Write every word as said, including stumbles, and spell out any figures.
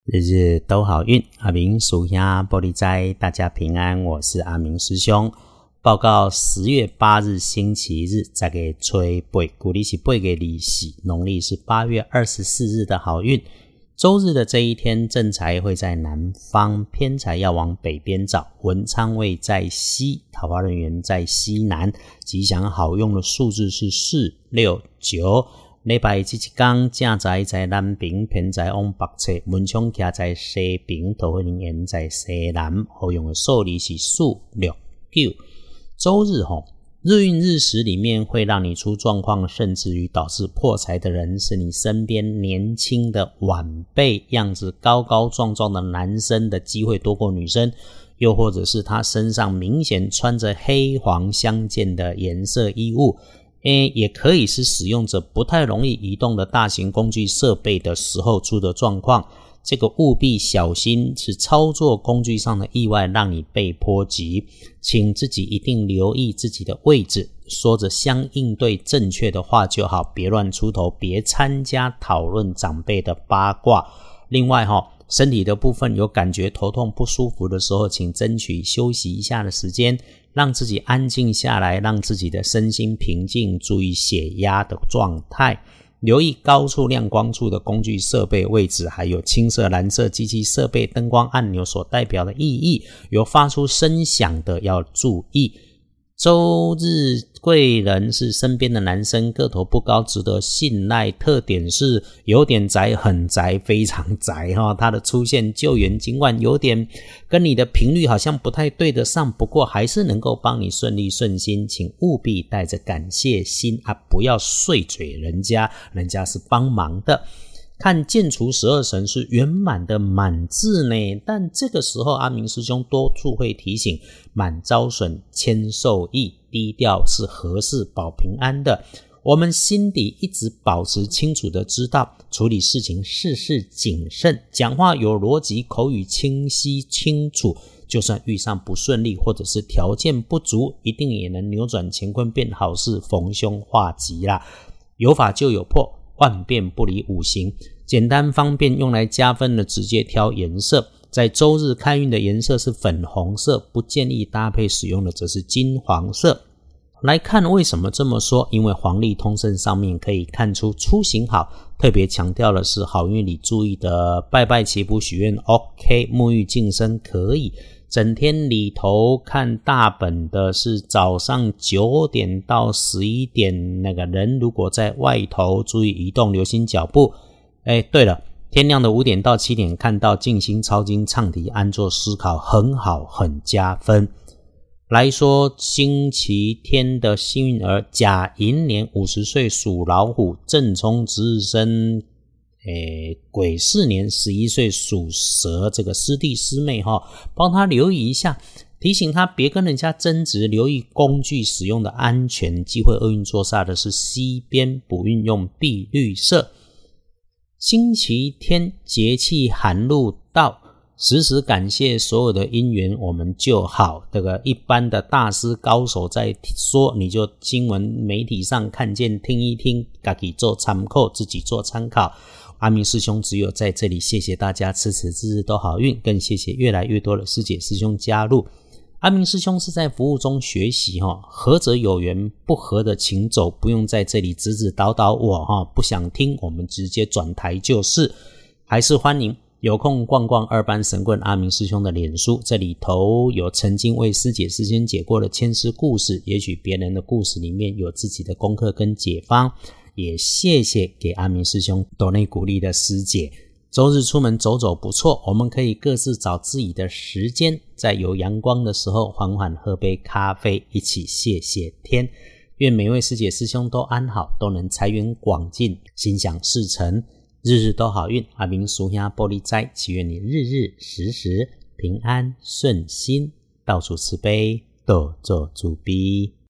日日都好运，阿明属下玻璃斋，大家平安，我是阿明师兄。报告十月八日星期日，这个吹八，古历是八月二十，农历是八月二十四日的好运。周日的这一天，正财会在南方，偏财要往北边找，文昌位在西，桃花人缘在西南，吉祥好用的数字是四、六、九。礼拜这一天，正财在南边，偏财往北侧，文昌徛在西边，桃花人缘在西南，好用的数字是四、六、九。周日吼，日运日时里面会让你出状况，甚至于导致破财的人是你身边年轻的晚辈，样子高高壮壮的男生的机会多过女生，又或者是他身上明显穿着黑黄相间的颜色衣物，诶，也可以是使用者不太容易移动的大型工具设备的时候出的状况。这个务必小心，是操作工具上的意外让你被波及，请自己一定留意自己的位置，说着相应对正确的话就好，别乱出头，别参加讨论长辈的八卦。另外齁，身体的部分有感觉头痛不舒服的时候，请争取休息一下的时间，让自己安静下来，让自己的身心平静，注意血压的状态。留意高处亮光处的工具设备位置，还有青色蓝色机器设备灯光按钮所代表的意义，有发出声响的要注意。周日贵人是身边的男生，个头不高，值得信赖，特点是有点宅，很宅，非常宅哈。他的出现救援尽管有点跟你的频率好像不太对得上，不过还是能够帮你顺利顺心，请务必带着感谢心啊，不要碎嘴人家，人家是帮忙的。看建除十二神是圆满的满字呢，但这个时候阿明师兄多处会提醒，满招损，谦受益，低调是合适保平安的。我们心底一直保持清楚的知道，处理事情事事谨慎，讲话有逻辑，口语清晰清楚，就算遇上不顺利或者是条件不足，一定也能扭转乾坤变好事，逢凶化吉啦。有法就有破，万变不离五行，简单方便用来加分的直接挑颜色。在周日开运的颜色是粉红色，不建议搭配使用的则是金黄色。来看为什么这么说，因为黄历通胜上面可以看出出行好，特别强调的是好运里注意的拜拜祈福许愿 OK， 沐浴净身可以。整天里头看大本的是早上九点到十一点，那个人如果在外头注意移动，留心脚步。诶，对了，天亮的五点到七点看到静心抄经唱题安坐思考，很好，很加分。来说星期天的幸运儿甲寅年五十岁属老虎，正冲值日生诶，癸巳年十一岁属蛇，这个师弟师妹齁，帮他留意一下，提醒他别跟人家争执，留意工具使用的安全。忌讳厄运坐煞的是西边，不运用碧绿色。星期天节气寒露到，时时感谢所有的因缘，我们就好。这个一般的大师高手在说，你就新闻媒体上看见听一听，自己做参考，自己做参考。阿明师兄只有在这里谢谢大家支持，日日都好运，更谢谢越来越多的师姐师兄加入。阿明师兄是在服务中学习，合则有缘，不合的请走，不用在这里指指导导我，不想听我们直接转台就是。还是欢迎有空逛逛二班神棍阿明师兄的脸书，这里头有曾经为师姐师兄解过的千师故事，也许别人的故事里面有自己的功课跟解方，也谢谢给阿明师兄斗内鼓励的师姐。周日出门走走不错，我们可以各自找自己的时间，在有阳光的时候缓缓喝杯咖啡，一起谢谢天。愿每位师姐师兄都安好，都能财源广进，心想事成，日日都好运。阿明属下玻璃斋，祈愿你日日时时平安顺心，到处慈悲，多做主逼。